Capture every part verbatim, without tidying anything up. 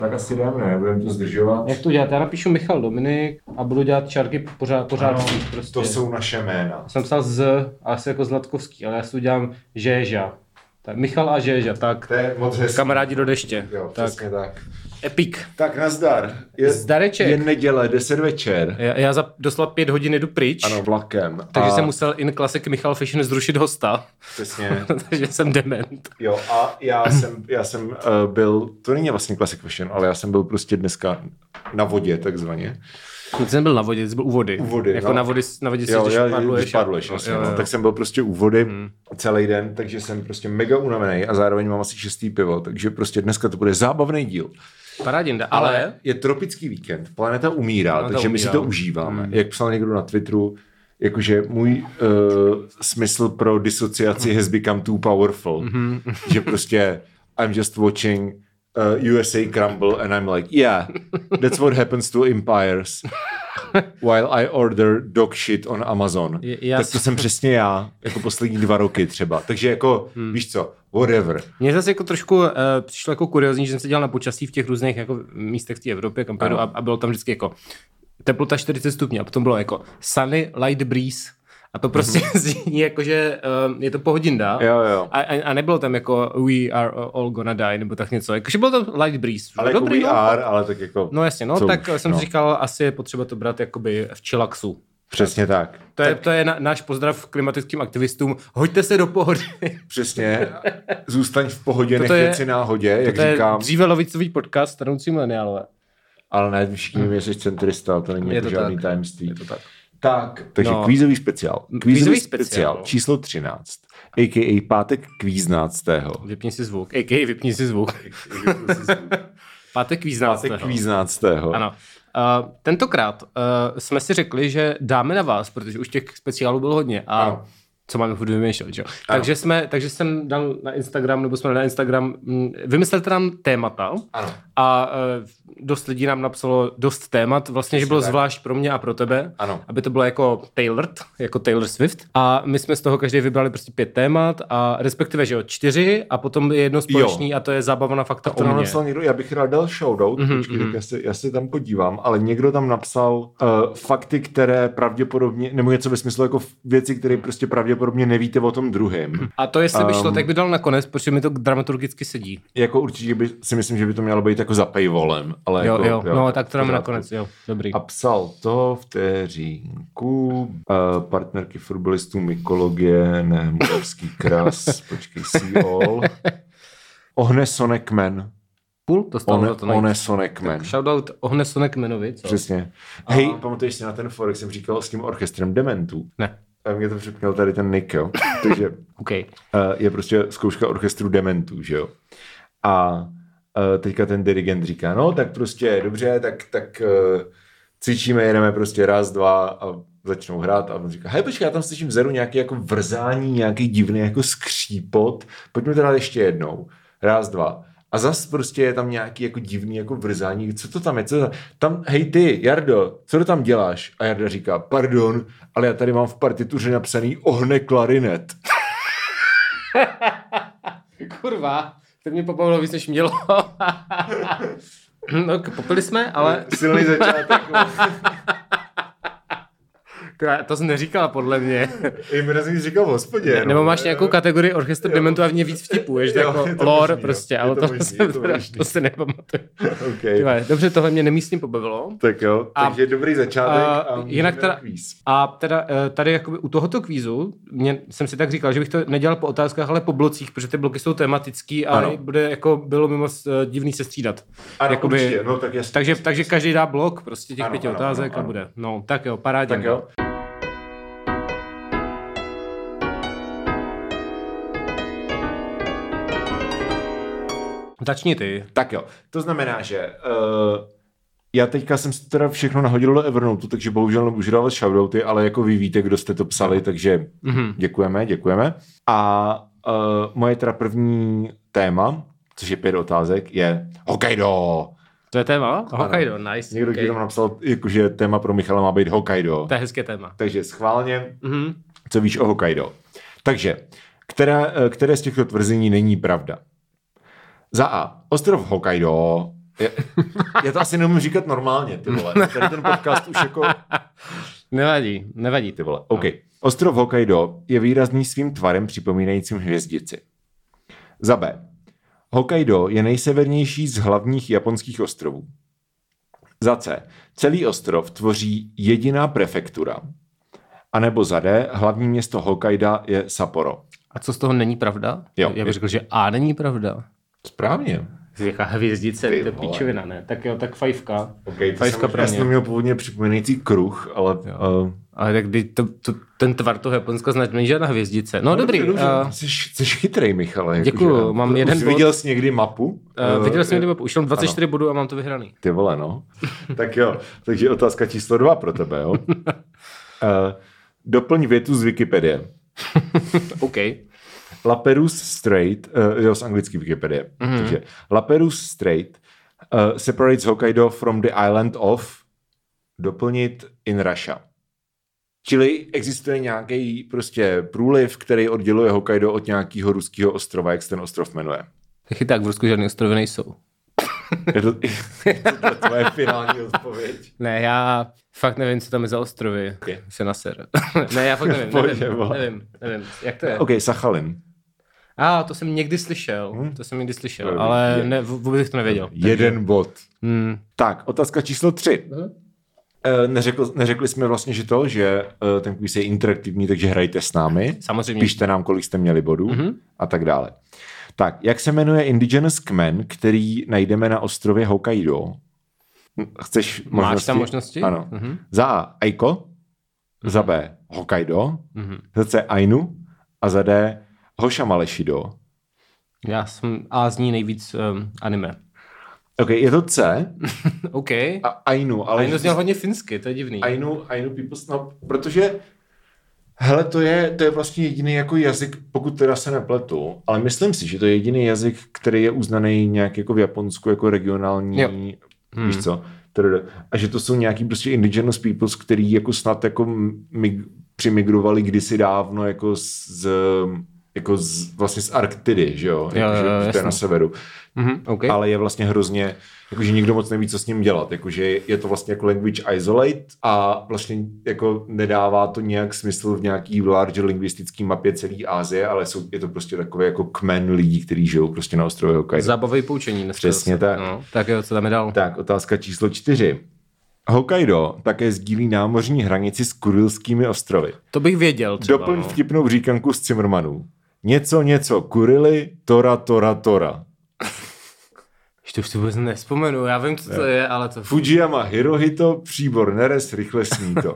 Tak asi jdeme, ne? Budeme to zdržovat. Jak to dělat? Já napíšu Michal Dominik a budu dělat čárky pořád, pořád ano, prostě. To jsou naše jména. Jsem psal z, asi jako Zlatkovský, ale já si to dělám Žéža. Tak Michal a Žéža, tak. To je moc hezký. Kamarádi do deště. Jo, tak. přesně tak. Epic. Tak nazdar. Je, Zdareček. Je neděle, deset večer. Já, já za doslova pět hodin jdu pryč. Ano, vlakem. Takže a... jsem musel in Classic Michal Fashion zrušit hosta. Přesně. Takže jsem dement. Jo, a já jsem, já jsem uh, byl, to není vlastně Classic Fashion, ale já jsem byl prostě dneska na vodě, takzvaně. No, ty jsem byl na vodě, ty byl u vody. U vody, jako no. na, vody, na vodě si, jo, když já, padluješ. Když padluješ, a... jasně, jo, jo, jo. No, tak jsem byl prostě u vody hmm. celý den, takže jsem prostě mega unavený a zároveň mám asi šestý pivo, takže prostě dneska to bude zábavný díl. Parádinda, ale... ale je tropický víkend, planeta umírá, Planeta takže umírá. my si to užíváme. Hmm. Jak psal někdo na Twitteru, jakože můj uh, smysl pro disociaci has become too powerful. Mm-hmm. Že prostě I'm just watching uh, U S A crumble and I'm like, yeah, that's what happens to empires while I order dog shit on Amazon. Je, já tak to jsem přesně já, jako poslední dva roky třeba. Takže jako, hmm. víš co, whatever. Mně zase jako trošku uh, přišlo jako kuriozní, že jsem se dělal na počasí v těch ruzných jako místech v té Evropě, kam pojedu, a, a bylo tam vždycky jako teplota čtyřicet stupňů a potom bylo jako sunny, light breeze. A to prostě mm-hmm. zní jako, že um, je to pohodinda. Jo, jo. A, a nebylo tam jako we are all gonna die, nebo tak něco. Jakože bylo to light breeze. Ale dobrý, jako we no? are, ale tak jako... No jasně, no tak už, jsem no. si říkal, asi je potřeba to brát jakoby v chillaxu. Přesně tak. To je, to je na, náš pozdrav klimatickým aktivistům. Hoďte se do pohody. Přesně. Zůstaň v pohodě, nech je, věci náhodě, jak to říkám. To je dříve lovicový podcast starnoucí mileniálové. Ale ne, všichni vím, že jsi centrista, to není je jako to žádný tak. tajemství. Je to tak. Tak, takže no. kvízový speciál. Kvízový, kvízový speciál, speciál číslo třináct. A K A pátek kvíznáctého. Vypni si zvuk. A K A vypni si zvuk. Pátek kvíznáctého. Pátek kvíznáctého. Ano. Uh, tentokrát uh, jsme si řekli, že dáme na vás, protože už těch speciálů bylo hodně. A ano. Co máme furt vymýšlet, že? Takže, jsme, takže jsem dal na Instagram, nebo jsme na Instagram, vymysleli nám témata. Ano. A uh, dost lidí nám napsalo dost témat, vlastně, že bylo tak. Zvlášť pro mě a pro tebe, ano. aby to bylo jako tailored, jako Taylor Swift. A my jsme z toho každý vybrali prostě pět témat, a respektive, že jo, čtyři, a potom je jedno společný, jo. A to je zábava na fakta to o nám mně. napsal někdo, já bych rád dal shoutout, mm-hmm, počkej, mm-hmm. tak já se, já se tam podívám, ale někdo tam napsal uh, fakty, které pravděpodobně, nebo něco ve smyslu jako věci, které prostě pravděpodobně nevíte o tom druhém. A to jestli by šlo, um, tak by dal nakonec, protože mi to dramaturgicky sedí. Jako určitě by, si myslím, že by to mělo být jako za paywallem. Ale jo, jako, jo, jo, no tak to dáme nakonec, jo, dobrý. A psal to vteřínku, uh, partnerky fotbalistů, mykologie, ne, moravský kras, počkej, see all. Ohne Sonekmen. Cool, to stalo Ohne, to najít. Ohne Sonekmen. Shoutout Ohne Sonekmenovi, co? Přesně. A... Hej, pamatuješ si na ten for, jak jsem říkal s tím orchestrem Dementů? Ne. A mě to připněl tady ten Nick, jo. Takže okay. uh, je prostě zkouška orchestru Dementů, že jo. A uh, teďka ten dirigent říká, no tak prostě dobře, tak, tak uh, cvičíme, jedeme prostě raz, dva a začnou hrát a on říká, hej, počkej, já tam slyším vzeru nějaký jako vrzání, nějaký divný jako skřípot, pojďme to dát ještě jednou. Raz, dva. A zas prostě je tam nějaký jako divný jako vrzání. Co to tam je? Co to tam? tam? Hej ty, Jardo, co to tam děláš? A Jarda říká, pardon, ale já tady mám v partituře napsaný Ohne klarinet. Kurva, to mě pobavilo víc, než mělo. No, popili jsme, ale... Silný začátek. To jsi neříkala, podle mě. I mi jsi říkal v hospodě. Ne, nebo máš nějakou kategorii orchestr dementu a v ní víc vtipů, je to jako lore prostě, ale to, možný, se, to, to se nepamatuju. Okay. Tyhle, dobře, tohle mě nemístně pobavilo. Tak jo, a, takže dobrý začátek a, a jinak teda, kvíz. A teda tady jakoby u tohoto kvízu, mě, jsem si tak říkal, že bych to nedělal po otázkách, ale po blocích, protože ty bloky jsou tematický a ano. bude jako bylo mi moc divný se střídat. Ano, jakoby, určitě, no tak jasně. Takže, takže každý dá blok prostě těch ano, pěti ano, otázek ano, ano. a bude. No, tak jo, parádě. Tak jo. Začni ty. Tak jo, to znamená, že uh, já teďka jsem si teda všechno nahodil do Evernote, takže bohužel nemůžu dávat shoutouty, ale jako vy víte, kdo jste to psali, takže mm-hmm. děkujeme, děkujeme. A uh, moje teda první téma, což je pět otázek, je Hokkaido. To je téma? Hokkaido, nice. Někdo okay. tam napsal, že téma pro Michala má být Hokkaido. To je hezké téma. Takže schválně, mm-hmm. co víš o Hokkaido. Takže, které, které z těchto tvrzení není pravda? Za A. Ostrov Hokkaido Já, já to asi nemůžu říkat normálně, ty vole. Tady ten podcast už jako... Nevadí, nevadí. Ty vole. OK. Ostrov Hokkaido je výrazný svým tvarem připomínajícím hvězdici. Za B. Hokkaido je nejsevernější z hlavních japonských ostrovů. Za C. Celý ostrov tvoří jediná prefektura. A nebo za D. Hlavní město Hokkaida je Sapporo. A co z toho není pravda? Jo. Já bych řekl, že A není pravda. Správně. Jaká hvězdice, to je píčovina, ne? Tak jo, tak fajfka. Okay, fajfka pro mě. Já jsem měl původně připomínající kruh, ale... Uh... Ale tak to, to, ten tvar toho Japonska znamená, není žádná hvězdice. No, no dobrý. Dobře, uh... jsi, jsi chytrej, Michale. Jako děkuju, že, mám jeden bod. bod. Viděl jsi někdy mapu? Uh, viděl jsem někdy mapu, už mám dvacet čtyři ano. bodů a mám to vyhraný. Ty vole, no. Tak jo, takže otázka číslo dva pro tebe, jo. Uh, doplň větu z Wikipedie. OK. Laperouse Strait, uh, jo, z anglický Wikipedie. Mm-hmm. Takže Laperouse Strait uh, separates Hokkaido from the island of doplnit in Russia. Čili existuje nějaký prostě průliv, který odděluje Hokkaido od nějakého ruského ostrova, jak se ten ostrov jmenuje. Tak i tak v Rusku žádné ostrovy nejsou. Je to, je to tvoje finální odpověď? Ne, já fakt nevím, co tam je za ostrovy. Okay. Se naser. Ne, já fakt nevím, nevím, nevím, nevím. Jak to je? OK, Sachalin. A, ah, to jsem někdy slyšel, hmm. to jsem někdy slyšel, Dobrý. ale ne, vůbec to nevěděl. Jeden takže... bod. Hmm. Tak, otázka číslo tři. Hmm. Neřekl, neřekli jsme vlastně, že to, že ten quiz je interaktivní, takže hrajte s námi. Samozřejmě. Píšte nám, kolik jste měli bodů mm-hmm. a tak dále. Tak, jak se jmenuje indigenous kmen, který najdeme na ostrově Hokkaido? Chceš možnosti? Máš tam možnosti? Ano. Mm-hmm. Za A Aiko, mm-hmm. za B Hokkaido, mm-hmm. za C Ainu a za D Hoshamaleshido. Já jsem A zní nejvíc um, anime. OK, je to C. OK. A Ainu. Ale Ainu zněl hodně finsky, to je divný. Ainu, Ainu people, no, protože hele, to je, to je vlastně jediný jako jazyk, pokud teda se nepletu, ale myslím si, že to je jediný jazyk, který je uznaný nějak jako v Japonsku jako regionální, jo. Hmm. víš co, a že to jsou nějaký prostě indigenous peoples, který jako snad jako mig, přimigrovali kdysi dávno jako z, jako z, vlastně z Arktidy, že jo, jo, jako, jo že to je na severu. Mm-hmm, okay. Ale je vlastně hrozně, jakože nikdo moc neví, co s ním dělat, jakože je to vlastně jako language isolate a vlastně jako nedává to nějak smysl v nějaký large lingvistický mapě celé Asie, ale jsou, je to prostě takový jako kmen lidí, kteří žijou prostě na ostrově Hokkaido. Zábavy poučení. Dneska Přesně tak. No, tak jo, co tam je dál? Tak, otázka číslo čtyři. Hokkaido také sdílí námořní hranici s Kurilskými ostrovy. To bych věděl třeba. Doplň no. vtipnou říkanku z Cimrmanů. Něco, něco, Kurily, Tora, Tora, Tora. Ještě už to vůbec nespomenu, já vím, co to je, ale to... Fujiyama Hirohito, příbor neres, rychle sní to.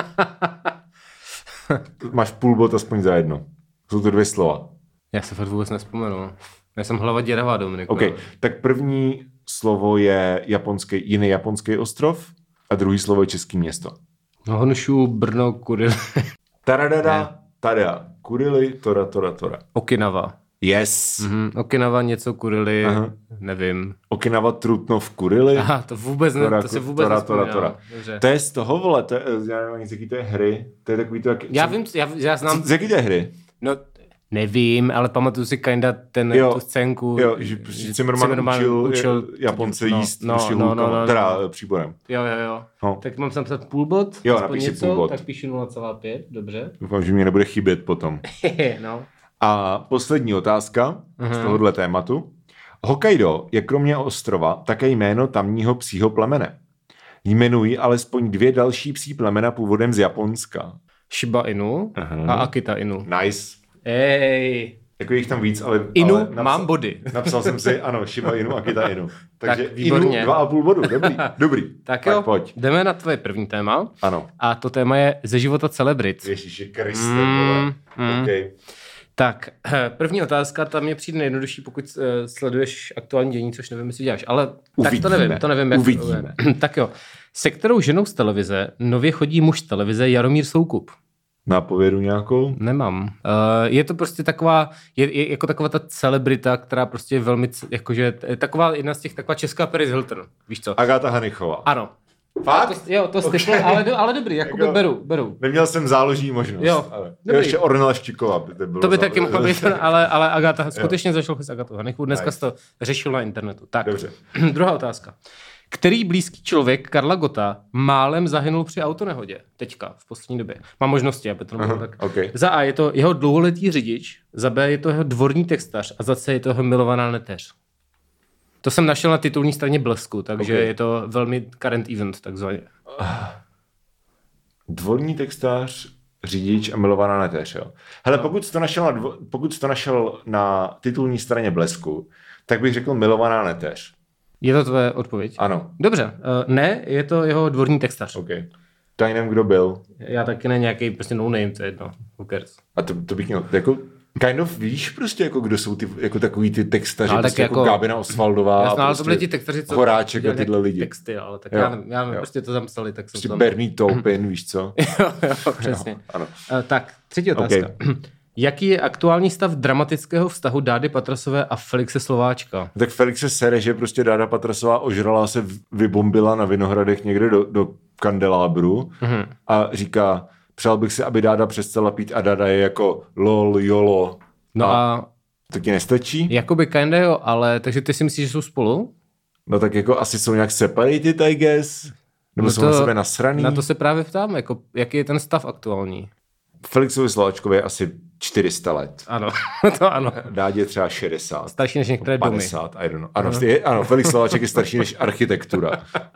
Máš půl bod aspoň za jedno. Jsou to dvě slova. Já se fakt vůbec nespomenu. Já jsem hlava děravá, Dominiku. OK, tak první slovo je japonský, jiný japonský ostrov a druhý slovo je český město. No, Honshu, Brno, Kurily. Taradada, tada, Kurily, Tora, Tora, Tora. Okinawa. Yes. Mm-hmm. Okinawa něco Kurily, Aha. nevím. Okinawa Trutnov Kurily. Aha, to vůbec ne, to se vůbec tora, tora, tora. Dobře. To je z toho, vole, to je, já nevím ani z jaký to je hry. To je takový to, jak... Já vím, já, já znám... Z, z jaký to je hry? No, nevím, ale pamatuju si kinda ten, jo, tu scénku. Jo, že Cimrman, Cimrman učil, učil Japonce no, jíst no, no, no, no, no, teda příborem. Jo, jo, jo. No. Tak mám tam psat půl bod? Jo, napíš si půl bod. Tak píšu nula celá pět, dobře. Doufám, že mě nebude chybět potom. no. A poslední otázka uh-huh. z tohohle tématu. Hokkaido je kromě ostrova také jméno tamního psího plemene. Jmenují alespoň dvě další psí plemena původem z Japonska. Shiba Inu uh-huh. a Akita Inu. Nice. Ej. Jako jich tam víc, ale... Inu, ale napsal, mám body. Napsal jsem si, ano, Shiba Inu, Akita Inu. Takže tak, výborně. Inu dva a půl bodu, dobrý, dobrý. tak, tak jo, pojď. Jdeme na tvoje první téma. Ano. A to téma je ze života celebrit. Ježíši Kriste, mm, mm. Okay. Tak, první otázka, tam je přijde nejjednodušší, pokud uh, sleduješ aktuální dění, což nevím, jestli děláš, ale Uvidíme. tak to nevím, to nevím. Jak Uvidíme. Tak jo, se kterou ženou z televize nově chodí muž z televize Jaromír Soukup? Nápovědu nějakou? Nemám. Uh, je to prostě taková, je, je jako taková ta celebrita, která prostě je velmi, jakože, taková jedna z těch, taková česká Paris Hilton, víš co? Agáta Hanichová. Ano. Fakt? To, jo, to okay. Stipl, ale, do, ale dobrý, jakoby jako, beru, beru. Neměl jsem záložní možnost. Jo, ale. Jo, ještě Ornella Štíková by to bylo. To by taky mohlo být, ale, ale Agáta, skutečně zašel s Agatou Hanichou, dneska nice. To řešil na internetu. Tak, dobře. Druhá otázka. Který blízký člověk Karla Gotta málem zahynul při autonehodě? Teďka, v poslední době. Má možnosti, aby to nebylo tak. Okay. Za A je to jeho dlouholetý řidič, za B je to jeho dvorní textař a za C je to jeho milovaná neteř. To jsem našel na titulní straně Blesku, takže okay. je to velmi current event, takzvaně. Dvorní textař, řidič a milovaná neteř, jo. Hele, no. pokud jsi to našel na, dvo, pokud jsi to našel na titulní straně Blesku, tak bych řekl milovaná neteř. Je to tvoje odpověď? Ano. Dobře, uh, ne, je to jeho dvorní textař. OK. To nevím, kdo byl. Já taky ne, nějaký prostě no name, to je jedno. Who cares? A to, to bych měl, jako kind of víš prostě, jako kdo jsou ty, jako takový ty textaři, prostě jako, jako Gábina Osvaldová. Jasná, ale prostě to byly ti textaři, co Horáček a tyhle lidi. Texty, ale tak jo, já nevím, já nevím prostě to zamysleli, tak jsem prostě tam... Bernie Taupin, víš co? jo, jo, přesně. Jo, ano. Uh, tak, třetí otázka. Okay. Jaký je aktuální stav dramatického vztahu Dády Patrasové a Felixe Slováčka? Tak Felixe sere, že prostě Dáda Patrasová ožrala se, vybombila na Vinohradech někde do, do kandelábru mm-hmm. a říká, přál bych si, aby Dáda přestala pít a Dáda je jako lol, jolo. No a... a to ti nestačí? Jakoby kinda jo, ale takže ty si myslíš, že jsou spolu? No tak jako asi jsou nějak separated, I guess. Nebo no jsou to, na sebe nasraný. Na to se právě ptám, jako, jaký je ten stav aktuální? Felixovi Slováčkovi je asi čtyři sta let. Ano, to ano. Dádě třeba šedesát. Starší než některé domy. padesát, I don't know. Ano, ano. Je, ano, Felix Slováček je starší než architektura.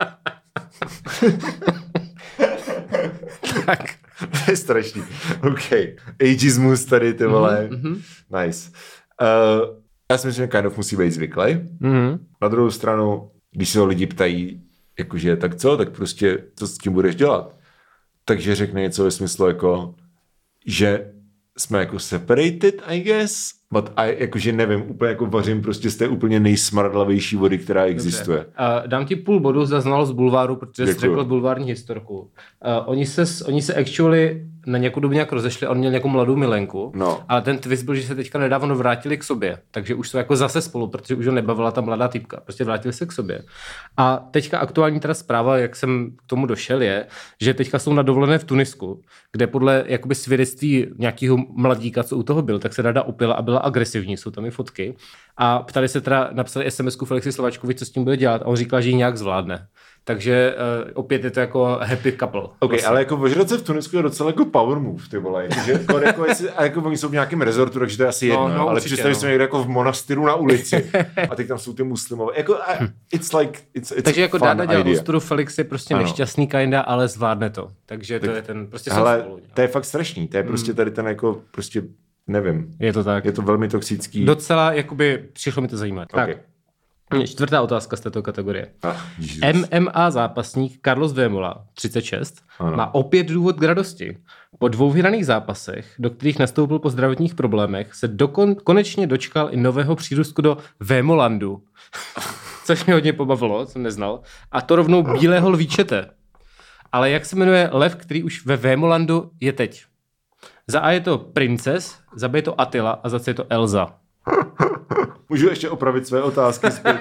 Tak. To je strašný. OK. Ageismus tady, ty vole. Mm-hmm. Nice. Uh, já si myslím, že kind of musí být zvyklý. Mm-hmm. Na druhou stranu, když se ho lidi ptají, jakože tak co, tak prostě co s tím budeš dělat? Takže řekne něco ve smyslu jako, že jsme jako separated, I guess, but I, jakože nevím, úplně jako vařím prostě z té úplně nejsmradlavější vody, která existuje. Uh, dám ti půl bodu za znalost bulváru, protože jsi řekl bulvární historku. Uh, oni, se, oni se actually na nějakou dobu nějak rozešli, on měl nějakou mladou milenku, no. ale ten twist byl, že se teďka nedávno vrátili k sobě, takže už jsou jako zase spolu, protože už ho nebavila ta mladá typka, prostě vrátili se k sobě. A teďka aktuální teda zpráva, jak jsem k tomu došel, je, že teďka jsou na dovolené v Tunisku, kde podle jakoby svědectví nějakého mladíka, co u toho byl, tak se Dáda opila a byla agresivní, jsou tam i fotky. A ptali se teda, napsali es em esku Felixi Slováčkovi, co s tím bude dělat, a on říkal, že ji nějak zvládne. Takže uh, opět je to jako happy couple. Ok, vlastně. Ale jako ožrat se v Tunisku je docela jako power move, ty vole. Že, jako, jako jestli, a jako oni jsou v nějakém rezortu, takže to je asi jedno. No, no, ale představ, že no. Jsme někde jako v monastyru na ulici a teď tam jsou ty muslimové. Jako, it's like, it's, it's takže jako Dáda dělá idea. ostudu, Felix je prostě ano. Nešťastný kinda, ale zvládne to. Takže tak, to je ten, prostě hele, spolu, to je fakt strašný. To je prostě tady ten jako, prostě, nevím. Je to tak. Je to velmi toxický. Docela, jakoby, přišlo mi to zajímat. Okay. Tak. Čtvrtá otázka z této kategorie. Ah, M M A zápasník Carlos Vémola, třicet šest, ano. má opět důvod k radosti. Po dvou vyhraných zápasech, do kterých nastoupil po zdravotních problémech, se dokon, konečně dočkal i nového přírůstku do Vémolandu. Což mě hodně pobavilo, jsem neznal. A to rovnou bílého lvíčete. Ale jak se jmenuje lev, který už ve Vémolandu je teď? Za A je to Princes, za B je to Attila a za C je to Elza. Můžu ještě opravit své otázky zpět.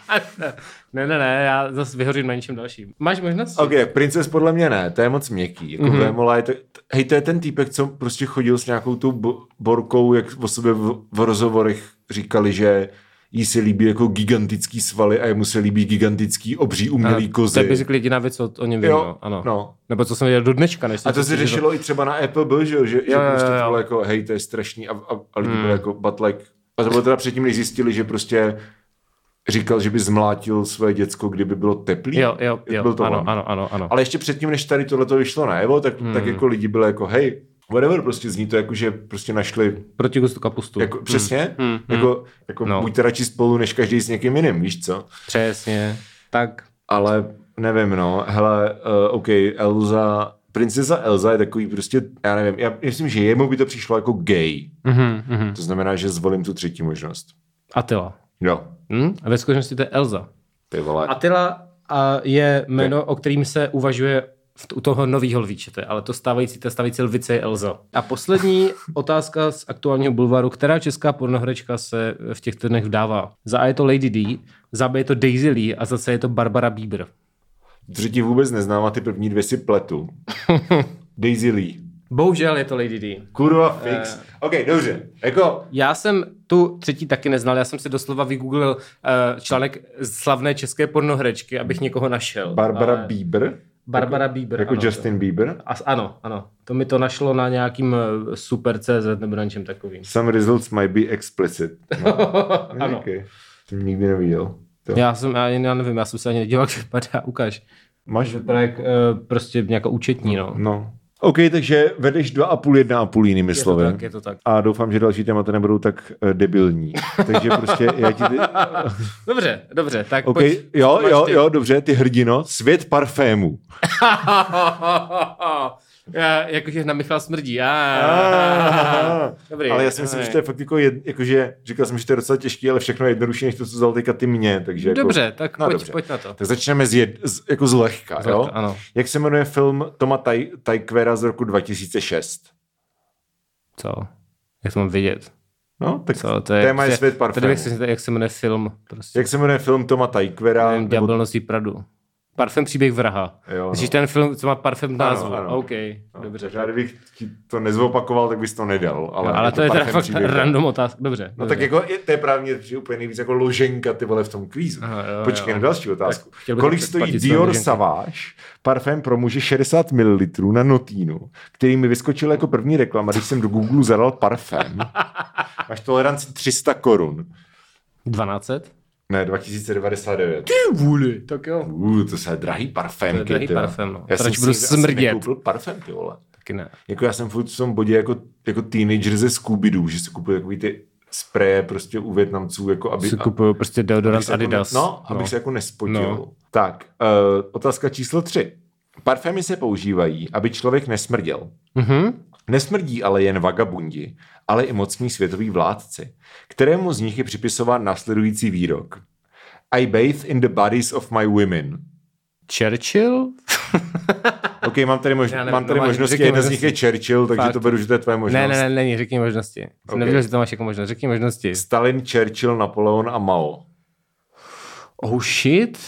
ne, ne, ne, já zase vyhořím na něčem dalším. Máš možnost? Ok, Princes podle mě ne, to je moc měkký. Jako mm-hmm. Vémola je to, hej, to je ten týpek, co prostě chodil s nějakou tou bo- borkou, jak o sobě v, v rozhovorech říkali, že jí se líbí jako gigantický svaly a jemu se líbí gigantický obří umělý kozy. To je basically jediná věc, co o něm vím, jo, ano. No. Nebo co jsem věděl do dneška. Než a to se řešilo to... i třeba na Apple byl, že, že, jo, že prostě jo, jo. to bylo jako, hej, to je strašný a, a, a lidi hmm. byli jako, but like, a to bylo teda předtím, než zjistili, že prostě říkal, že by zmlátil své děcko, kdyby bylo teplý. Jo, jo, jo, byl to ano, on. ano, ano, ano. Ale ještě předtím, než tady tohleto vyšlo najevo, tak, hmm. tak jako lidi byli jako, hej, whatever, prostě zní to jako, že prostě našli... Proti gustu kapustu. Jako, přesně, hmm. Hmm. jako, jako no. buďte radši spolu, než každý s někým jiným, víš co? Přesně, tak. Ale nevím, no, hele, uh, OK, Elza... Princeza Elza je takový prostě, já nevím, já myslím, že jemu by to přišlo jako gay. Mm-hmm, mm-hmm. To znamená, že zvolím tu třetí možnost. Attila. Jo. Hm? A ve skutečnosti to je Elza. Ty vole. Attila a je jméno, okay. o kterým se uvažuje v, u toho novýho lvíčete, ale to stávající, ta stávající lvice je Elza. A poslední otázka z aktuálního bulváru, která česká pornohrečka se v těchto dnech vdává. Za A je to Lady D, za B je to Daisy Lee a za C je to Barbara Bieber. Třetí vůbec neznám a ty první dvě si pletu. Daisy Lee. Bohužel je to Lady D. Kurva fix. Uh, OK, dobře. Jako... Já jsem tu třetí taky neznal, já jsem si doslova vygooglil uh, článek z slavné české pornoherečky, abych někoho našel. Barbara ale... Bieber? Barbara jako, Bieber, Jako ano, Justin to. Bieber? As, ano, ano. To mi to našlo na nějakým super tečka cé zet nebo na něčem takovým. Some results might be explicit. No. Ano. Okay. Jsem nikdy neviděl. To. Já jsem, já, já nevím, já jsem se ani nedělal, jak vypadá, ukáž. Máš? Vypadá jak uh, prostě nějaká účetní, no. No. OK, takže vedeš dva a půl, jedna a půl jinými slovy. Je to tak, je to tak. A doufám, že další témata nebudou tak uh, debilní. Takže prostě já ti... Ty... Dobře, dobře, tak okay. pojď. Jo, jo, ty. jo, dobře, ty hrdino. Svět parfému. Já, jakože na Michal smrdí. Dobrý. Ale já si myslím, že to je fakt jako, jed, jakože, říkal jsem, že to je docela těžký, ale všechno je jednodušší, než to, co vzal teďka ty mě. Takže jako, dobře, tak no, pojď, dobře. pojď na to. Tak začneme z, jed, z, jako z lehka, z jo? Ano. Jak se jmenuje film Toma Tykera z roku dva tisíce šest? Co? Jak to mám vidět? No, tak Co, to je, téma je svět parfému. Jak se, jak se jmenuje film? Prostě. Jak se jmenuje film Toma Tykera? Nevím, Ďábel nebo... nosí Pradu. Parfém příběh vraha. Jo, no. ten film, co má parfém v názvu. Ano, ano. OK, no, dobře. Já kdybych to nezvopakoval, tak bys to nedal. Ale, no, ale to je teda fakt random otázka. Dobře. No dobře. tak jako, je, to je právě úplně nejvíc jako loženka, ty vole, v tom kvízu. Aha, jo, Počkej jo. na další otázku. Kolik stojí Dior Sauvage, parfém pro muže šedesát mililitrů na Notínu, který mi vyskočil jako první reklama, když jsem do Google zadal parfém. Máš toleranci tři sta korun. dvanáct set? Ne, dva tisíce devadesát devět. Ty vůli, tak jo. Uh, to se je drahý parfém. To je drahý parfém, no. Já jsem budu smrdět. nekoupil parfém, ty vole. Taky ne. Jako já jsem furt v tom bodě jako, jako teenager ze Scooby-Doo, že si kupuju takový ty spreje prostě u Vietnamců, jako aby... Si kupuju prostě deodorant Adidas. Jako, no, abych no. se jako nespotil. No. Tak, uh, otázka číslo tři. Parfémy se používají, aby člověk nesmrděl. Mhm. Nesmrdí ale jen vagabundi, ale i mocní světoví vládci, kterému z nich je připisován následující výrok. I bathe in the bodies of my women. Churchill? OK, mám tady, mož- nevím, mám tady no, možnosti, jedna možnosti. z nich je Churchill, takže Fakt. to beru, že to je tvoje možnost. Ne, ne, ne, ne, řekni možnosti. Okay. Nevěděl, že to máš jako možnost, řekni možnosti. Stalin, Churchill, Napoleon a Mao. Oh shit.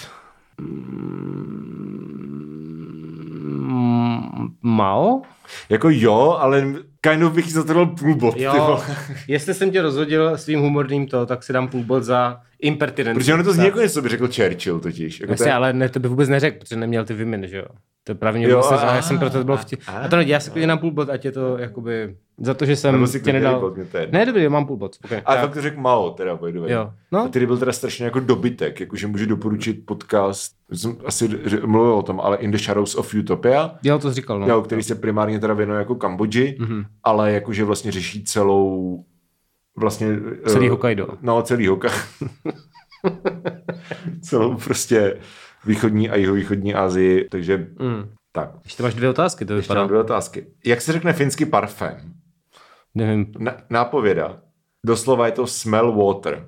Mao? Jako jo, ale kind of bych za to dal půl bod. Jo, jestli jsem tě rozhodil svým humorným to, tak si dám půl bod za impertinenci. Protože ono to zní jako něco, by řekl Churchill totiž. Jako Jasně, je... ale ne, to by vůbec neřekl, protože neměl ty vymin, že jo. To je právě mě vlastně, já jsem proto byl vtip. A to nevadí, já si klidně dám půl bod, ať je to jakoby za to, že jsem tě nedal. Bod, ne, dobrý, mám půl bod. Okay, a fakt to řekl Mao, teda pojdu. Jo. No. A tedy byl teda strašně jako dobytek, jakože můžu doporučit podcast, jsem asi mluvil o tom, ale In the Shadows of Utopia. Jo, to jsi říkal, no. Jo, který se primárně teda věnuje jako Kambodži, mm-hmm. ale jakože vlastně řeší celou vlastně... Celý Hokkaido. No, celý Hokkaido. Celou prostě východní a jihovýchodní Asii, takže mm. tak. Ještě máš dvě otázky, to vypadá. Ještě mám dvě otázky. Jak se řekne finsky parfém? Nevím. Na, nápověda. Doslova je to smell water.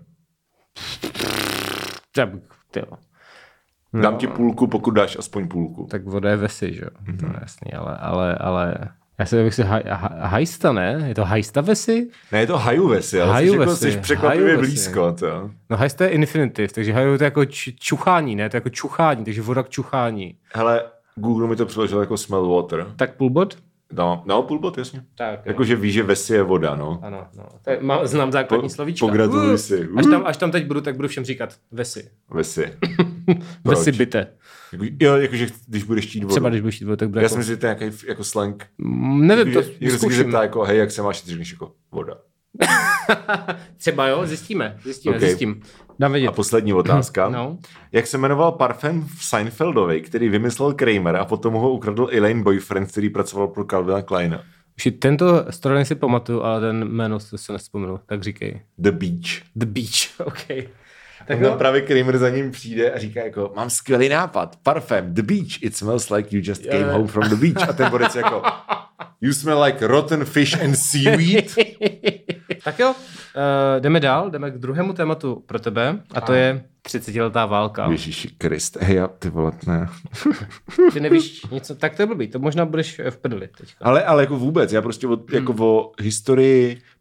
Tyjo. No. Dám ti půlku, pokud dáš aspoň půlku. Tak voda je vesy, že jo? Mm-hmm. To je jasný, ale, ale, ale... Já si bych si haj, hajsta, ne? Je to hajsta vesy? Ne, je to haju vesy, ale haju jsi, vesy. Řekl, jsi překvapivě blízko. To. No hajsta je infinitiv, takže haju to je jako č- čuchání, ne? To je jako čuchání, takže voda k čuchání. Hele, Google mi to přeložil jako smell water. Tak půl bod? No, no půl bod, jasně. Tak. Jakože víš, že vesy je voda, no. Ano, no. To je, má, znám základní po, slovíčka. Pogratuluj uh, si. Uh. Až, tam, až tam teď budu, tak budu všem říkat vesy. Vesy. Vesy byte. Jako, jo, jakože když budeš štít vodu. Třeba když budeš štít vodu, tak bude Já jako... jsem si to nějaký jako slang. Mm, nevím, to je, zkusím. Se ptá jako, hej, jak se máš, ty řekneš jako voda. Třeba jo, zjistíme, zjistíme, okay. zjistím. Dám vědět. A poslední otázka. No. Jak se jmenoval parfém v Seinfeldovi, který vymyslel Kramer a potom ho ukradl Elaine Boyfriend, který pracoval pro Calvina Kleina? Už tento storyline si pamatuju, ale ten jméno se nevzpomenu, tak říkej. The Beach. The Beach, OK. Tak no. Právě Kramer za ním přijde a říká jako, mám skvělý nápad, parfém, The Beach, it smells like you just came yeah. home from the beach. A ten borec jako, you smell like rotten fish and seaweed. Tak jo, uh, jdeme dál, jdeme k druhému tématu pro tebe a to a. je třicetiletá válka. Ježíši Krist, hej, já, ty vole, ne. Ty nevíš něco, tak to je blbý, to možná budeš v prdeli teďka. Ale, ale jako vůbec, já prostě o, jako o historii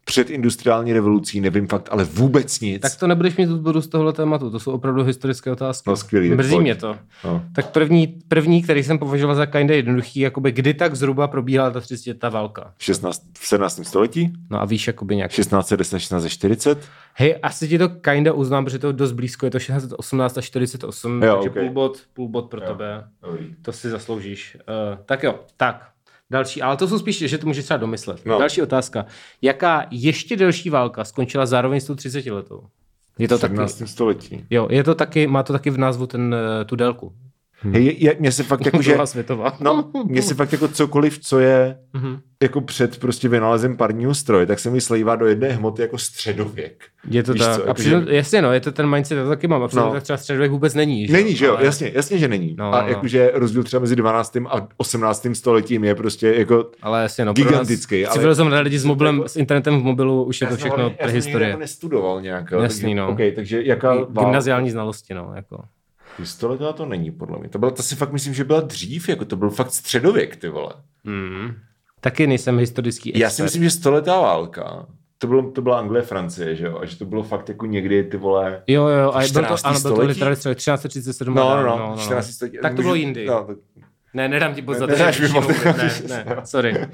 před industriální revolucí, nevím fakt, ale vůbec nic. Tak to nebudeš mít odboru z tohohle tématu, to jsou opravdu historické otázky. No skvělý. Mrzí mě to. No. Tak první, první, který jsem považoval za kinda jednoduchý, jakoby kdy tak zhruba probíhala ta třicetiletá válka. šestnáct v sedmnáctém století? No a víš, jakoby nějak. šestnáct set deset, šestnáct set čtyřicet? Hej, asi ti to kinda uznám, protože to je dost blízko, je to šestnáct set osmnáct až čtyřicet osm, jo, takže okay. půlbod, půlbod pro jo. tebe. Dobrý. To si zasloužíš. Uh, tak jo, tak. Další, ale to jsou spíš, že to můžeš třeba domyslet. No. Další otázka. Jaká ještě delší válka skončila zároveň s tou třicetiletou? Je to v sedmnáctém taky, století. jo, je to taky, má to taky v názvu ten, tu délku. Hmm. Je, je, mně se fakt jako, že... světová. No, mně se fakt jako cokoliv, co je mm-hmm. jako před prostě vynálezem parního stroje, tak se mi slívá do jedné hmoty jako středověk. Je to Víš tak. co, A jako, přijde, že... Jasně, no, je to ten mindset, já to taky mám. A přijde, no. tak třeba středověk vůbec není. Že? Není, že jo, ale... jasně, jasně, že není. No, a no. jakože rozdíl třeba mezi dvanáctým a osmnáctým stoletím je prostě jako ale jasně, no, gigantický. Ale... Civilizované lidi s mobilem, jako... s internetem v mobilu, už je to všechno prehistorie. prehistorie. Já jsem nestudoval nějak. Jasný, takže, no. Okay, takže jaká gymnaziální znalosti, no, jako. Pistoletá to není, podle mě. To byla, to si fakt myslím, že byla dřív, jako to byl fakt středověk, ty vole. Mm. Taky nejsem historický expert. Já si myslím, že stoletá válka, to, bylo, to byla Anglie, Francie, že jo, a že to bylo fakt jako někdy, ty vole, jo, jo, a byl to, ano, byl to století? literálně třináct set třicet sedm. No, no, no, no, no, čtrnáctého století. Tak to bylo jindy. No, tak... Ne, nedám ti poznat. Ne, Ne, ne, ne, ne, ne, sorry. Uh,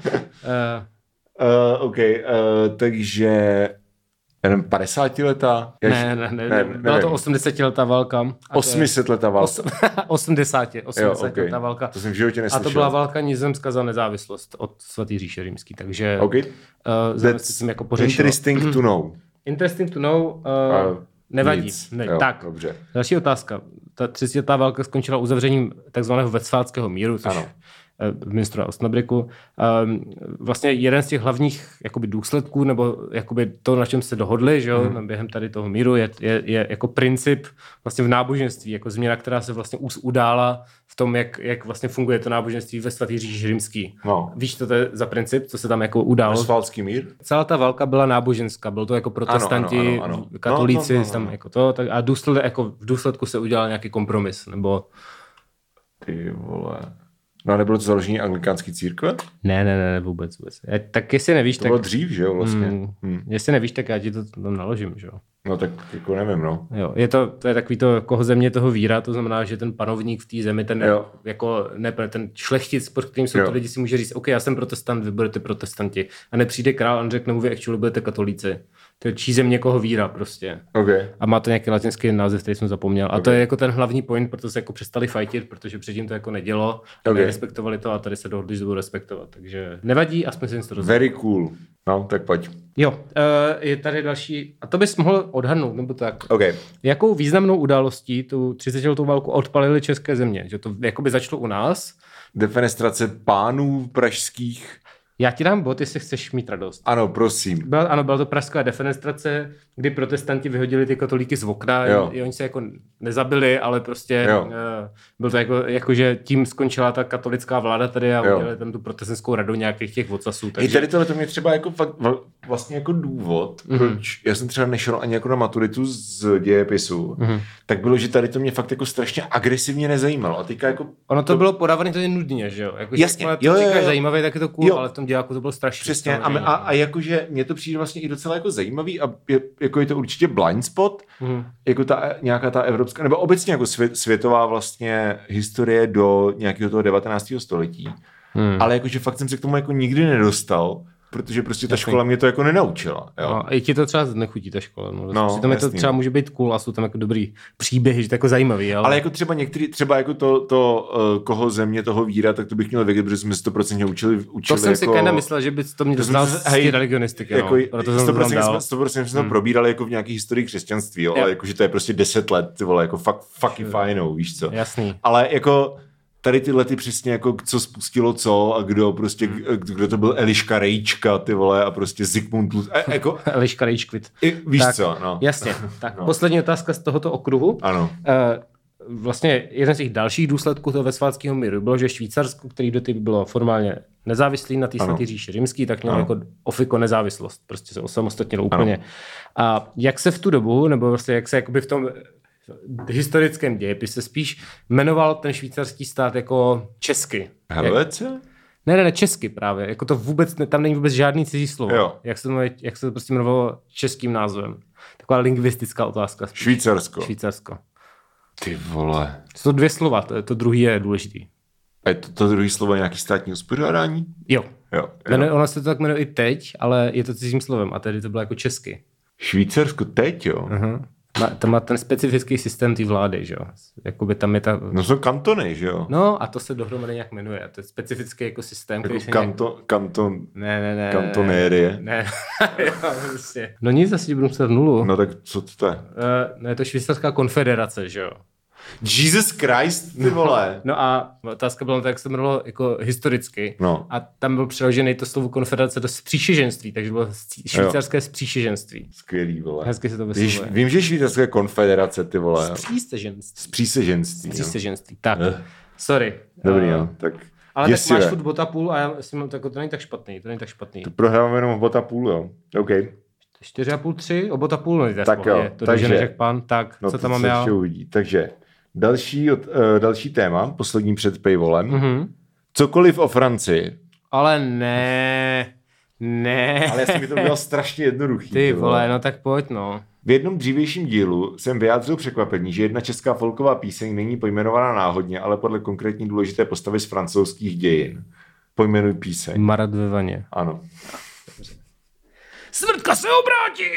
uh, OK, uh, takže... Jenom padesátiletá? Ne, ne, ne, ne, byla nevím. To osmdesetiletá válka. osmisetletá válka. osmdesát, osmdesetiletá válka. To jsem v životě neslyšel. A to byla válka nizozemská za nezávislost od svatý říše římský, takže okay. uh, jsem jako pořešil. Interesting to know. Interesting to know, uh, uh, nevadí. Ne, jo, tak, dobře. Další otázka. Ta třicetiletá válka skončila uzavřením takzvaného Westfálského míru, což ano. v Münsteru a Osnabrücku. Um, vlastně jeden z těch hlavních jakoby, důsledků, nebo jakoby to, na čem se dohodli, že jo, hmm. během tady toho míru, je, je, je jako princip vlastně v náboženství, jako změna, která se vlastně už udála v tom, jak, jak vlastně funguje to náboženství ve svatý říši římský. No. Víš, co to je za princip, co se tam jako událo? Westfálský mír? Celá ta válka byla náboženská, byl to jako protestanti, ano, ano, ano, ano. katolíci, no, no, no, no. tam jako to, tak a důsled, jako v důsledku se udělal nějaký kompromis, nebo... Ty vole... No a nebylo to založení anglikánské církve? Ne, ne, ne, vůbec, vůbec. Já, tak jestli nevíš, to tak... To bylo dřív, že jo, vlastně. Hmm, hmm. Jestli nevíš, tak já ti to tam naložím, že jo. No tak jako nevím, no. Jo, je to, to je takový to, koho země toho víra, to znamená, že ten panovník v té zemi, ten jo. jako, ne, ten šlechtic, pod kterým jsou ty lidi, si může říct, OK, já jsem protestant, vy budete protestanti. A nepřijde král a řekne mu, vy actually budete katolíci. To je čí země koho víra prostě. Okay. A má to nějaký latinský název, který jsem zapomněl. A okay. to je jako ten hlavní point, proto se jako přestali fightit, protože předtím to jako nedělo. Okay. Nerespektovali to a tady se dohodli, že to budou respektovat. Takže nevadí, aspoň jsem si to rozhodl. Very cool. No, tak pojď. Jo, uh, je tady další, a to bys mohl odhadnout, nebo tak. Okay. Jakou významnou událostí tu třicetiletou válku odpalili české země? Že to jakoby začalo u nás? Defenestrace pánů pražských. Já ti dám bod, jestli chceš mít radost. Ano, prosím. Byla, ano, byla to pražská defenestrace, kdy protestanti vyhodili ty katolíky z okna. I oni se jako nezabili, ale prostě uh, byl to jako, jako, že tím skončila ta katolická vláda tady a udělali tam tu protestantskou radu nějakých těch vocasů. Takže... I tady tohle to mě třeba jako fakt, vlastně jako důvod, mm-hmm. proč já jsem třeba nešel ani jako na maturitu z dějepisu, mm-hmm. tak bylo, že tady to mě fakt jako strašně agresivně nezajímalo. A teďka jako... Ono to, to... bylo podávané to je nudně, že jo? Jako, jasně, že, jo, to jo, jo. zajímavé, tak je to cool, jo. Ale v tom děláku to bylo strašně. Přesně, a, a, a jakože mně to přijde vlastně i docela jako zajímavý a je, jako je to určitě blind spot, mm. jako ta nějaká ta evropská, nebo obecně jako svět, světová vlastně historie do nějakého toho devatenáctého století, mm. ale jakože fakt jsem se k tomu jako nikdy nedostal, protože prostě ta jasný. Škola mě to jako nenaučila. Jo. No, i ti to třeba nechutí ta škola. No. No, tam je to třeba může být cool a jsou tam jako dobrý příběhy, že to jako zajímavý. Ale, ale jako třeba některý, třeba jako to, to uh, koho země, toho víra, tak to bych měl vědět, protože jsme sto procent učili, učili. To jsem jako... si kinda myslel, že by to mě znal z té religionistiky. Jako, no. Proto sto procent jsme, sto procent jsme hmm. to probírali jako v nějaké historii křesťanství, jo, ale jakože to je prostě deset let, ty vole, jako fakt fucking fajnou, víš co. Jasný. Ale jako tady tyhle ty přesně jako co spustilo co a kdo prostě, hmm. kdo to byl Eliška Rejčka, ty vole, a prostě Zikmund Lut, a, jako... Eliška Rejčkvit. Víš tak, co, no. Jasně, tak no. Poslední otázka z tohoto okruhu. Ano. Uh, vlastně jeden z těch dalších důsledků toho Westfálského míru bylo, že Švýcarsko, který do té bylo formálně nezávislý na té svatý říši římský, tak mělo jako ofiko nezávislost, prostě se osamostatnilo úplně. Ano. A jak se v tu dobu, nebo vlastně jak se jakoby v tom historickém dějepise spíš jmenoval ten švýcarský stát jako česky. Helvece? Ne, ne, ne, česky právě. Jako to vůbec, ne, tam není vůbec žádný cizí slovo. Jo. Jak se, jmenuje, jak se to prostě jmenovalo českým názvem. Taková lingvistická otázka. Spíš. Švýcarsko. Švýcarsko. Ty vole. Jsou to dvě slova, to, to druhý je důležitý. A je to, to druhý slovo nějaký státní uspořádání? Jo. Jo, jo. Ono se to tak jmenuje i teď, ale je to cizím slovem a tedy to bylo jako česky. Švýcarsko teď, jo? Uh-huh. Má, tam má ten specifický systém té vlády, že jo? Jakoby tam je ta... No jsou kantony, že jo? No a to se dohromady nějak jmenuje. To je specifický jako systém, jako který se kanto, nějak... kanton... Ne, ne, ne. Kantonérie. Ne, jo, prostě. No nic, asi budu muset nulu. No tak co to je? Uh, ne, to je Švýcarská konfederace, že jo? Jesus Christ, ty vole. No a otázka byla, tak se jmenovalo jako historicky. No. A tam byl přeložený to slovo konfederace do spříšiženství, takže bylo švýcarské spříšiženství. Skvělý, vole. Hezky se to vyslovuje. Víš, vím, že švýcarské konfederace, ty vole. Spříseženství. Spříseženství. Spříseženství, tak. Uh. Sorry. Dobrý, uh, no, tak ale děsivé. tak máš furt bota půl a já si mám, tak, to není tak špatný, to není tak špatný. To prohrávám jenom bota půl, jo. OK. Čtyři a půl, tři, o bota půl, no, tak jo, to takže, než jak pán, tak, no, co tam mám já? Uvidí. Takže další, uh, další téma, poslední před paywallem. Mm-hmm. Cokoliv o Francii. Ale ne, ne. Ale já jsem mi to udělal strašně jednoduchý. Ty vole, no tak pojď, no. V jednom dřívějším dílu jsem vyjádřil překvapení, že jedna česká folková píseň není pojmenovaná náhodně, ale podle konkrétní důležité postavy z francouzských dějin. Pojmenuj píseň. Marat ve vaně. Ano. Smrtka se obrátí!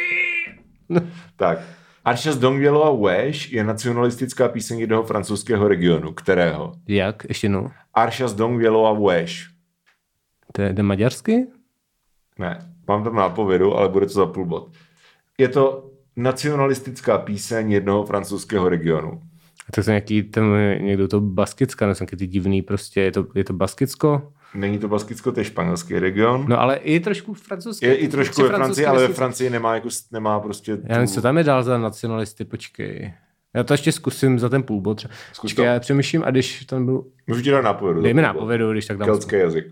Tak. Archas Dongvielo a Wesh je nacionalistická píseň jednoho francouzského regionu. Kterého? Jak? Ještě jednou. Archas Dongvielo a Wesh. To je, to je maďarsky? Ne, mám tam nápovědu, ale bude to za půl bod. Je to nacionalistická píseň jednoho francouzského regionu. A tak to nějaký, tam někdo to Baskicka, no jsou ty divný prostě, je to, je to Baskicko? Není to Baskicko, to je španělský region. No ale i trošku francouzský. Je i trošku ve Francii, ale ve Francii nemá, jako, nemá prostě... Já nevím, co tam je dál za nacionalisty, počkej. Já to ještě zkusím za ten půlbod. Počkej, já přemýšlím, a když tam byl... Můžu ti dát nápovědu. Dej mi nápovědu, když tak dám... Keltský jazyk.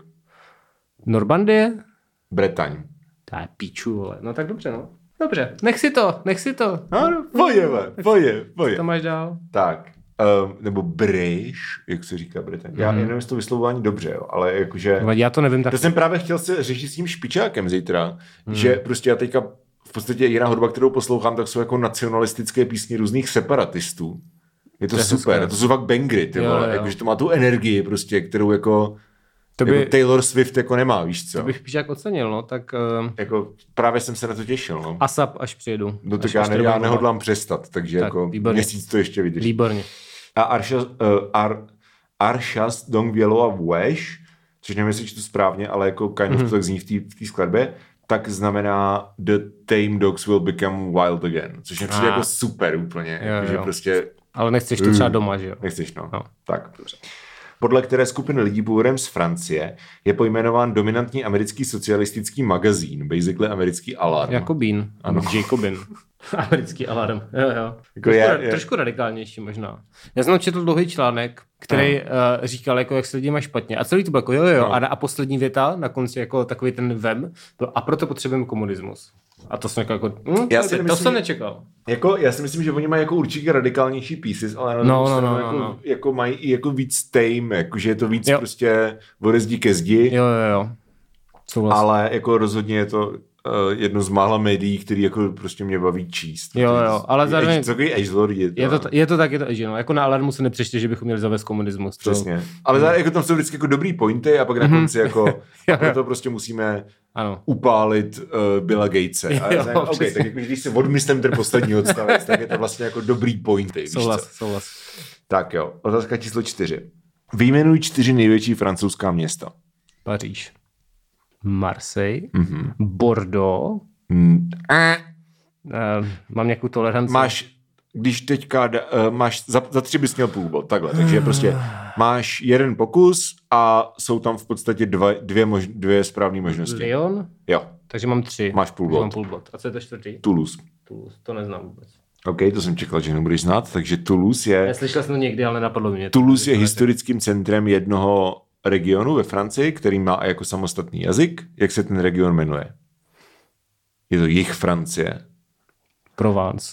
Normandie? Bretaň. To je píču, vole. No tak dobře, no. Dobře, nech si to, nech si to. Ano, pojďme, pojďme, pojďme. Co to máš dál? Tak, um, nebo Breš, jak se říká Bretaň. Já nevím, jestli to vyslovování dobře, jo, ale jakože... Já to nevím tak. To jsem právě chtěl se řešit s tím špičákem zítra, hmm. že prostě já teďka v podstatě jediná hudba, kterou poslouchám, tak jsou jako nacionalistické písně různých separatistů. Je to, to super, je to jsou fakt bangry, ty vole, jakože to má tu energii prostě, kterou jako... To by, jako Taylor Swift jako nemá, víš co? To bych špičák ocenil, no, tak... Uh, jako právě jsem se na to těšil, no. ASAP, až přijedu. No tak až já, až ne, já nehodlám přestat, takže tak, jako výborně. Měsíc to ještě vydrží. Výborně. A Archas, uh, Ar, Archas Dongvielo a Wesh, což nevím, jestli čtu správně, ale jako kind of mm-hmm. tak zní v té skladbě, tak znamená The tame dogs will become wild again, což je přijde jako super úplně, jo, že jo. prostě... Ale nechceš to třeba doma, že jo? Nechceš, no. no. Tak, dobře. Podle které skupiny lidí původem z Francie je pojmenován dominantní americký socialistický magazín, basically americký Alarm. Jakobín. Ano. Jacobin. Americký Alarm. Jo, jo. Jako trošku, je, je. trošku radikálnější možná. Já jsem četl dlouhý článek, který uh, říkal, jako, jak se lidi mají špatně. A celý to bylo jako jo, jo. No. A, a poslední věta na konci jako takový ten vem. A proto potřebujeme komunismus. A to jsem jako, hm, já to, si to myslím, jsem nečekal. Jako, já si myslím, že oni mají jako určitě radikálnější pieces, ale na no, no, no, no, jako, no. jako mají i jako víc tame, jakože je to víc jo. prostě ode zdi ke zdi. Jo, jo, jo. Souhlas. Ale jako rozhodně je to uh, jedno z mála médií, který jako prostě mě baví číst. Jo, jo, ale zároveň... Co takový edgelord je to? Je to, je to tak, je to edgy, no. Jako na Alarmu se nepřečte, že bychom měli zavést komunismus. To... Přesně. Ale zároveň jako tam jsou vždycky jako dobrý pointy a pak na konci jako a proto prostě musíme ano. upálit uh, Billa Gatese. A jo, znamená, okay, tak jako, když si odmyslím ten poslední odstavec, tak je to vlastně jako dobrý pointy. Souhlas, souhlas. Tak jo, otázka číslo čtyři. Vyjmenuj čtyři největší francouzská města. Paříž. Marseille. Mm-hmm. Bordeaux. Mm. Uh, mám nějakou toleranci. Máš, když teďka uh, máš, za, za tři bys měl půl bod, takhle, takže prostě máš jeden pokus a jsou tam v podstatě dva, dvě, mož, dvě správné možnosti. Lyon? Jo. Takže mám tři. Máš půl bod. Mám půl bod. A co je to čtvrtý? Toulouse. Toulouse, to neznám vůbec. OK, to jsem čekal, že nebudeš znát, takže Toulouse je... Já slyšel jsem to někdy, ale nenapadlo mě. Toulouse je historickým centrem jednoho regionu ve Francii, který má jako samostatný jazyk. Jak se ten region jmenuje? Je to jih Francie. Provence.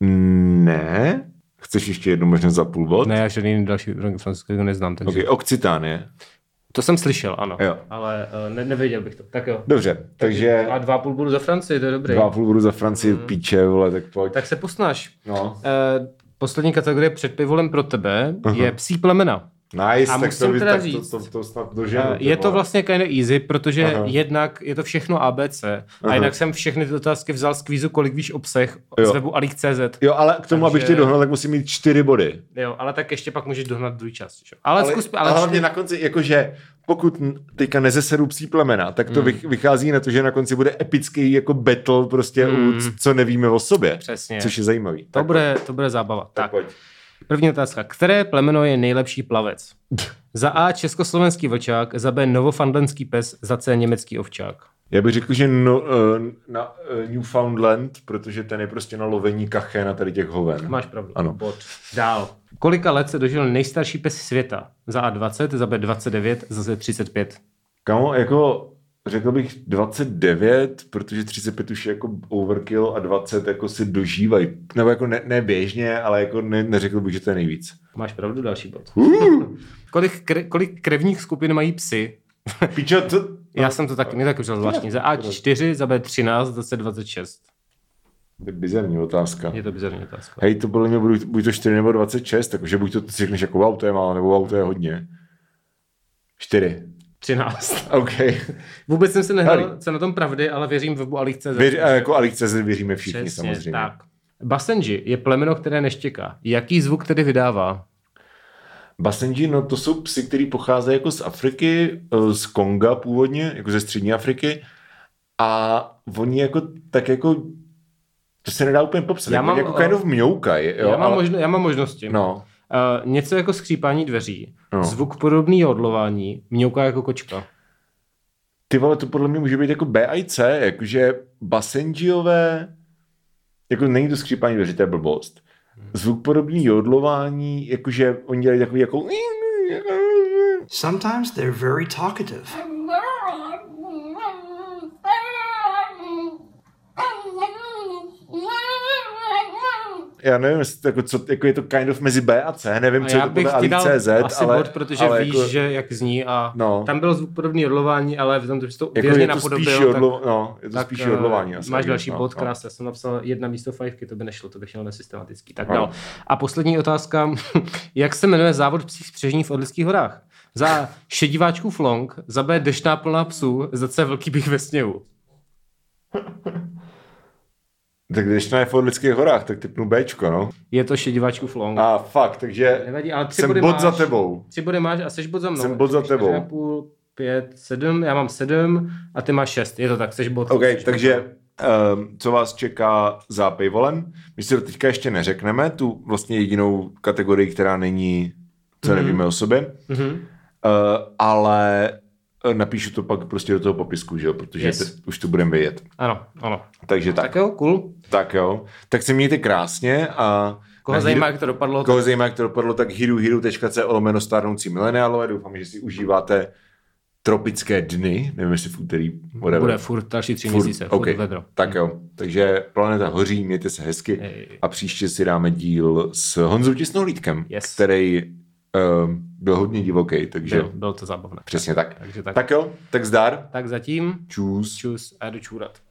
Ne. Chceš ještě jednu možnost za půl bod? Ne, já žádný další francouzský neznám. Takže... OK, Occitánie. To jsem slyšel, ano. Jo. Ale uh, ne, nevěděl bych to. Tak jo. Dobře, takže... A dva a půl budu za Francii, to je dobrý. Dva a půl budu za Francii, mm. píče, vole, tak pojď. Tak se posnaž. No. Uh, poslední kategorie před pivolem pro tebe uh-huh. je psí plemena. Nice, a tak, to, teda tak říct, to, to, to snad doženu. Uh, je to vlastně kind of easy, protože Aha. jednak je to všechno A B C Aha. a jinak jsem všechny ty otázky vzal z kvízu Kolik víš obsah jo. z webu alík tečka cé zet. Jo, ale k tomu, Takže... abych tě dohnal, tak musím mít čtyři body. Jo, ale tak ještě pak můžeš dohnat druhý část. Čo? Ale, ale, zkus, ale, ale hlavně na konci, jakože pokud teďka nezeseru psí plemena, tak to hmm. vychází na to, že na konci bude epický jako battle prostě hmm. u, co nevíme o sobě. Přesně. Což je zajímavý. To, bude, to bude zábava. Tak, tak pojď. První otázka. Které plemeno je nejlepší plavec? Za A československý vlčák, za B novofundlandský pes, za C německý ovčák. Já bych řekl, že no, na Newfoundland, protože ten je prostě na lovení kaché na tady těch hoven. Máš pravdu. Ano. Bod. Dál. Kolika let se dožil nejstarší pes světa? Za A dvacet, za B dvacet devět, za C třicet pět. Kamo, jako řekl bych dvacet devět, protože třicet pět už je jako overkill a dvacet jako si dožívají. Nebo jako ne, ne běžně, ale jako ne, neřekl bych, že to je nejvíc. Máš pravdu, další bod. Uh. kolik, kre, kolik krevních skupin mají psy? Pičo, to... Já jsem to taky, mě taky užil zvláštní. Za A čtyři, za B třináct, za C dvacet šest. To je bizarní otázka. Je to bizarní otázka. Hej, to podle mě buď, buď to čtyři nebo dvacet šest, takže buď to si řekneš jako wow, to je málo, nebo wow, to je hodně. čtyři. třináct. OK. Vůbec jsem se nehrál, co na tom pravdy, ale věřím webu alík tečka cé zet. Věř, a jako alík tečka cé zet věříme všichni. Přesně, samozřejmě. Tak. Basenji je plemeno, které neštěká. Jaký zvuk tedy vydává? Basenji, no to jsou psy, který pocházejí jako z Afriky, z Konga původně, jako ze střední Afriky. A oni jako tak jako, to se nedá úplně popsat, já mám, jako kind of mňoukaj. Jo, já, mám ale... možno, já mám možnosti. No. Uh, něco jako skřípání dveří, no. Zvuk podobný jodlování, mňouká jako kočka. Ty vole, to podle mě může být jako B a C, jakože Basenjiové, jako není to skřípání dveří, to je blbost. Zvuk podobný jodlování, jakože oni dělají takový jako... Sometimes they're very talkative. Já nevím, jako, co, jako je to kind of mezi B a C, nevím, a co je to podle alík tečka cé zet, asi ale... bod, protože ale víš, jako, že jak zní a no. Tam bylo zvuk podobný jodlování, ale v tom to, že to jako věrně je to napodobil, spíš jodlo, tak, no, je to tak, spíš jodlování. Asi, máš další no, bod, no. krásně, jsem napsal jedna místo fajfky, to by nešlo, to bych měl nesystematický. Tak dál. A poslední otázka, jak se jmenuje závod psích střežní v Orlických horách? Za šediváčkův long, za B deštná plná psů, za C velký bych ve sněhu. Tak když to je v Orlických horách, tak typnu Bčko, no. Je to šediváčkův long. A fakt, takže nevadí, ale tři jsem body bod máš, za tebou. Tři body máš a jsi bod za mnou. Jsem bod za tebou. čtyři a půl, pět, sedm, já mám sedm a ty máš šest. Je to tak, jsi bod. OK, takže um, co vás čeká za paywallem? My si to teďka ještě neřekneme, tu vlastně jedinou kategorii, která není, co mm-hmm. nevíme o sobě. Mm-hmm. Uh, ale napíšu to pak prostě do toho popisku, že jo, protože yes. te, už to budeme vědět. Ano, ano. Takže tak. Tak jo, cool. Tak jo. Tak se mějte krásně a... Koho zajímá, jak to dopadlo? Koho tak... zajímá, jak to dopadlo, tak hiruhiru tečka cé lomeno stárnoucí mileniálové. Doufám, že si užíváte tropické dny. Nevím, jestli v úterý. Whatever. Bude furt další tři furt, měsíce. Furt okay. vedro. Tak jo. Takže planeta hoří, mějte se hezky. Ej. A příště si dáme díl s Honzou Těsnohlídkem, yes. který... Uh, byl hodně divoký, takže... Byl, byl to zábavné. Přesně tak. Takže tak. Tak jo, tak zdar. Tak zatím. Čus. Čus a jdu čůrat.